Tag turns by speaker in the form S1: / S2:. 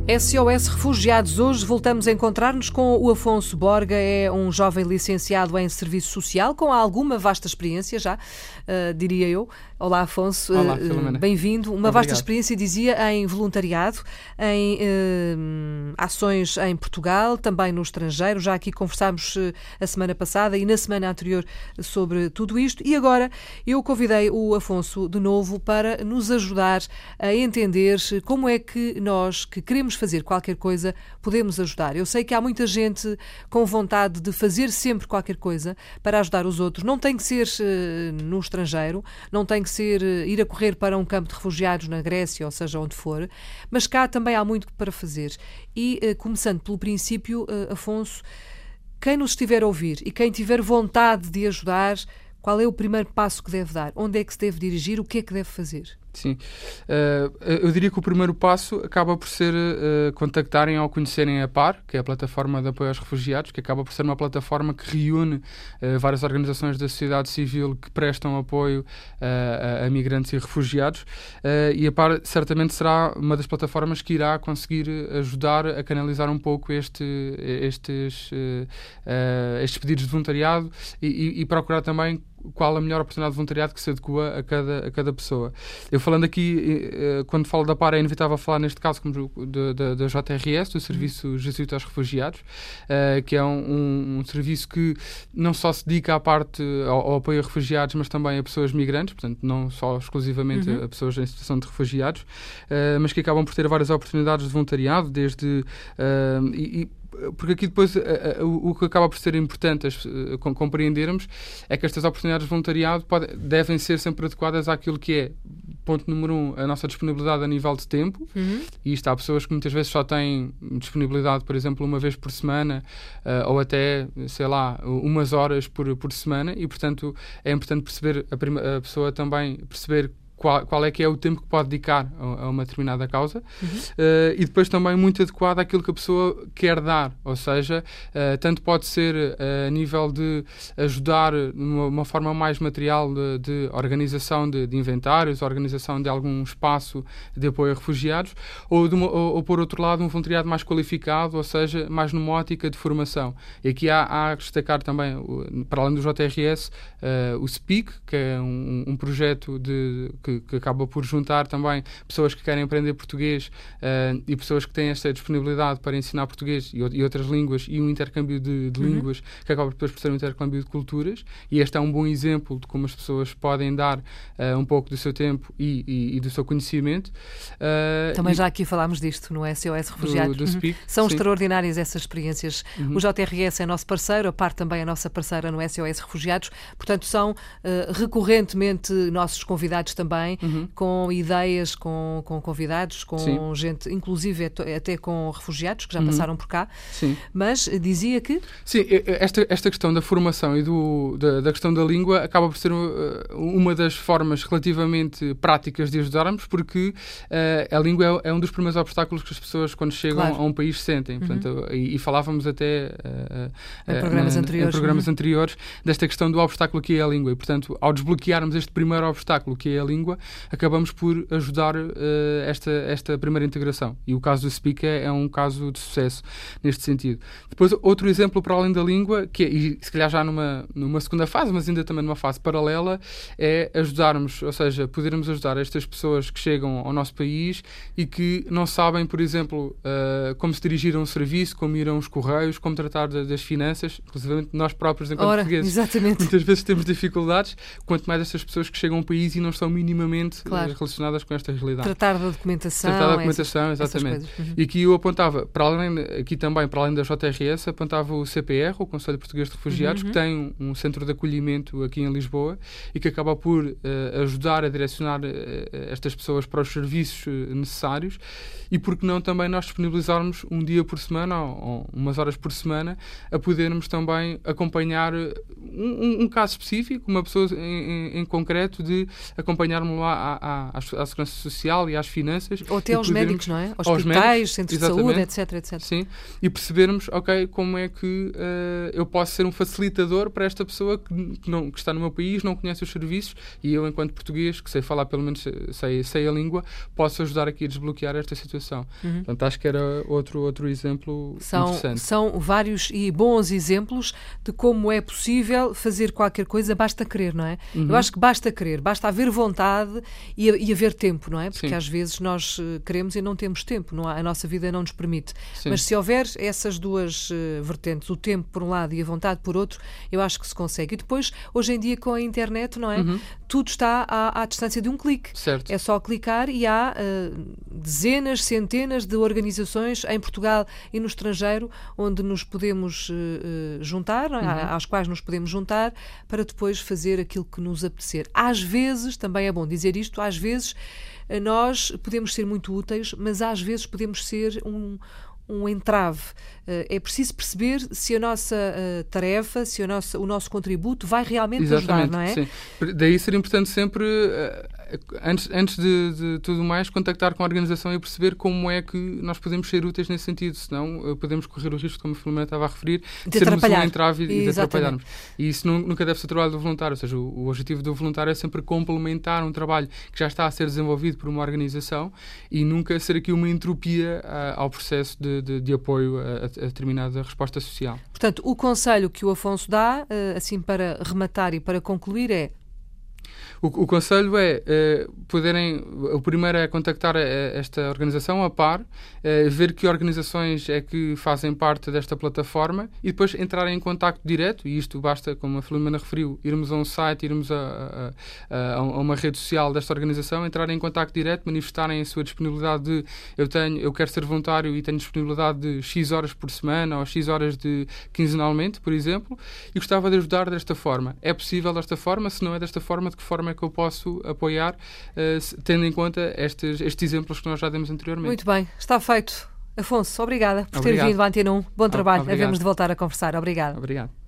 S1: SOS Refugiados. Hoje voltamos a encontrar-nos com o Afonso Borga. É um jovem licenciado em Serviço Social, com alguma vasta experiência já, diria eu. Olá, Afonso.
S2: Olá, Filomena.
S1: Bem-vindo. Uma vasta experiência, dizia, em voluntariado, em ações em Portugal, também no estrangeiro. Já aqui conversámos a semana passada e na semana anterior sobre tudo isto. E agora eu convidei o Afonso de novo para nos ajudar a entender como é que nós, que queremos fazer qualquer coisa, podemos ajudar. Eu sei que há muita gente com vontade de fazer sempre qualquer coisa para ajudar os outros. Não tem que ser no estrangeiro, não tem que ser ir a correr para um campo de refugiados na Grécia, ou seja, onde for, mas cá também há muito para fazer. E, começando pelo princípio, Afonso, quem nos estiver a ouvir e quem tiver vontade de ajudar, qual é o primeiro passo que deve dar? Onde é que se deve dirigir? O que é que deve fazer?
S2: Sim, eu diria que o primeiro passo acaba por ser contactarem ou conhecerem a PAR, que é a Plataforma de Apoio aos Refugiados, que acaba por ser uma plataforma que reúne várias organizações da sociedade civil que prestam apoio a migrantes e refugiados, e a PAR certamente será uma das plataformas que irá conseguir ajudar a canalizar um pouco estes pedidos de voluntariado e procurar também qual a melhor oportunidade de voluntariado que se adequa a cada pessoa. Eu falando aqui, quando falo da PAR, é inevitável falar neste caso como da JRS, do Serviço Jesuíta aos Refugiados, que é um serviço que não só se dedica à parte ao apoio a refugiados, mas também a pessoas migrantes, portanto não só exclusivamente a pessoas em situação de refugiados, mas que acabam por ter várias oportunidades de voluntariado, desde porque aqui depois o que acaba por ser importante compreendermos é que estas oportunidades de voluntariado devem ser sempre adequadas àquilo que é, ponto número 1, a nossa disponibilidade a nível de tempo. E isto há pessoas que muitas vezes só têm disponibilidade, por exemplo, uma vez por semana, ou até, sei lá, umas horas por semana, e portanto é importante perceber, a pessoa também perceber qual é que é o tempo que pode dedicar a uma determinada causa, e depois também muito adequado àquilo que a pessoa quer dar, ou seja, tanto pode ser a nível de ajudar numa forma mais material de organização de inventários, organização de algum espaço de apoio a refugiados, ou por outro lado um voluntariado mais qualificado, ou seja, mais numa ótica de formação. E aqui há a destacar também, para além do JRS, o SPEAK, que é um projeto que acaba por juntar também pessoas que querem aprender português e pessoas que têm esta disponibilidade para ensinar português e outras línguas, e um intercâmbio de línguas que acaba depois por ser um intercâmbio de culturas, e este é um bom exemplo de como as pessoas podem dar um pouco do seu tempo e do seu conhecimento.
S1: Também já aqui falámos disto no SOS Refugiados.
S2: Do SPEAK,
S1: São
S2: sim.
S1: Extraordinárias essas experiências. O JRS é nosso parceiro, a PAR também é nossa parceira no SOS Refugiados, portanto são recorrentemente nossos convidados também, com ideias, com convidados, com
S2: Sim.
S1: gente, inclusive até com refugiados que já passaram por cá.
S2: Sim.
S1: Mas dizia que...
S2: Sim, esta questão da formação e da questão da língua acaba por ser uma das formas relativamente práticas de ajudarmos, porque a língua é um dos primeiros obstáculos que as pessoas, quando chegam a um país, sentem. Portanto, e falávamos até
S1: em programas anteriores
S2: desta questão do obstáculo que é a língua. E, portanto, ao desbloquearmos este primeiro obstáculo que é a língua, acabamos por ajudar esta primeira integração. E o caso do SPEAK é um caso de sucesso neste sentido. Depois, outro exemplo para além da língua, que é, e se calhar já numa segunda fase, mas ainda também numa fase paralela, é ajudarmos, ou seja, podermos ajudar estas pessoas que chegam ao nosso país e que não sabem, por exemplo, como se dirigir a um serviço, como ir a uns correios, como tratar das finanças, inclusive nós próprios, enquanto portugueses,
S1: exatamente.
S2: Muitas vezes temos dificuldades, quanto mais estas pessoas que chegam ao país e não são minimamente relacionadas com esta realidade.
S1: Tratar da documentação,
S2: exatamente. E aqui eu apontava, para além da JRS, apontava o CPR, o Conselho Português de Refugiados, que tem um centro de acolhimento aqui em Lisboa e que acaba por ajudar a direcionar estas pessoas para os serviços necessários, e porque não também nós disponibilizarmos um dia por semana ou umas horas por semana a podermos também acompanhar um caso específico, uma pessoa em concreto, de acompanhar ligarmos lá à Segurança Social e às finanças.
S1: Ou até aos médicos, não é? Hospitais, centros de saúde, etc.
S2: Sim, e percebermos, ok, como é que eu posso ser um facilitador para esta pessoa que está no meu país, não conhece os serviços, e eu, enquanto português, que sei falar, pelo menos sei a língua, posso ajudar aqui a desbloquear esta situação. Portanto, acho que era outro exemplo interessante.
S1: São vários e bons exemplos de como é possível fazer qualquer coisa, basta querer, não é? Eu acho que basta querer, basta haver vontade e haver tempo, não é? Porque às vezes nós queremos e não temos tempo, a nossa vida não nos permite.
S2: Sim.
S1: Mas se houver essas duas vertentes, o tempo por um lado e a vontade por outro, eu acho que se consegue. E depois, hoje em dia, com a internet, não é? Tudo está à distância de um clique.
S2: Certo.
S1: É só clicar e há dezenas, centenas de organizações em Portugal e no estrangeiro onde nos podemos juntar, não é? Às quais nos podemos juntar para depois fazer aquilo que nos apetecer. Às vezes, também é bom dizer isto, às vezes nós podemos ser muito úteis, mas às vezes podemos ser um entrave. É preciso perceber se a nossa tarefa, se o nosso contributo vai realmente ajudar, não é?
S2: Sim. Daí seria importante sempre, antes de tudo mais, contactar com a organização e perceber como é que nós podemos ser úteis nesse sentido, senão podemos correr o risco, como a Filomena estava a referir, de sermos um entrave e de atrapalharmos. E isso nunca deve ser o trabalho do voluntário, ou seja, o objetivo do voluntário é sempre complementar um trabalho que já está a ser desenvolvido por uma organização e nunca ser aqui uma entropia ao processo de apoio a determinada resposta social.
S1: Portanto, o conselho que o Afonso dá, assim para rematar e para concluir, é:
S2: o conselho é o primeiro é contactar esta organização, a PAR, ver que organizações é que fazem parte desta plataforma e depois entrarem em contacto direto, e isto basta, como a Filomena referiu, irmos a um site, irmos a uma rede social desta organização, entrarem em contacto direto, manifestarem a sua disponibilidade de eu quero ser voluntário e tenho disponibilidade de X horas por semana ou X horas quinzenalmente, por exemplo, e gostava de ajudar desta forma. É possível desta forma? Se não é desta forma, de que forma é que eu posso apoiar, tendo em conta estes exemplos que nós já demos anteriormente?
S1: Muito bem, está feito. Afonso, obrigada por ter vindo à Antena 1. Bom trabalho.
S2: Obrigado.
S1: Havemos de voltar a conversar. Obrigada.
S2: Obrigado.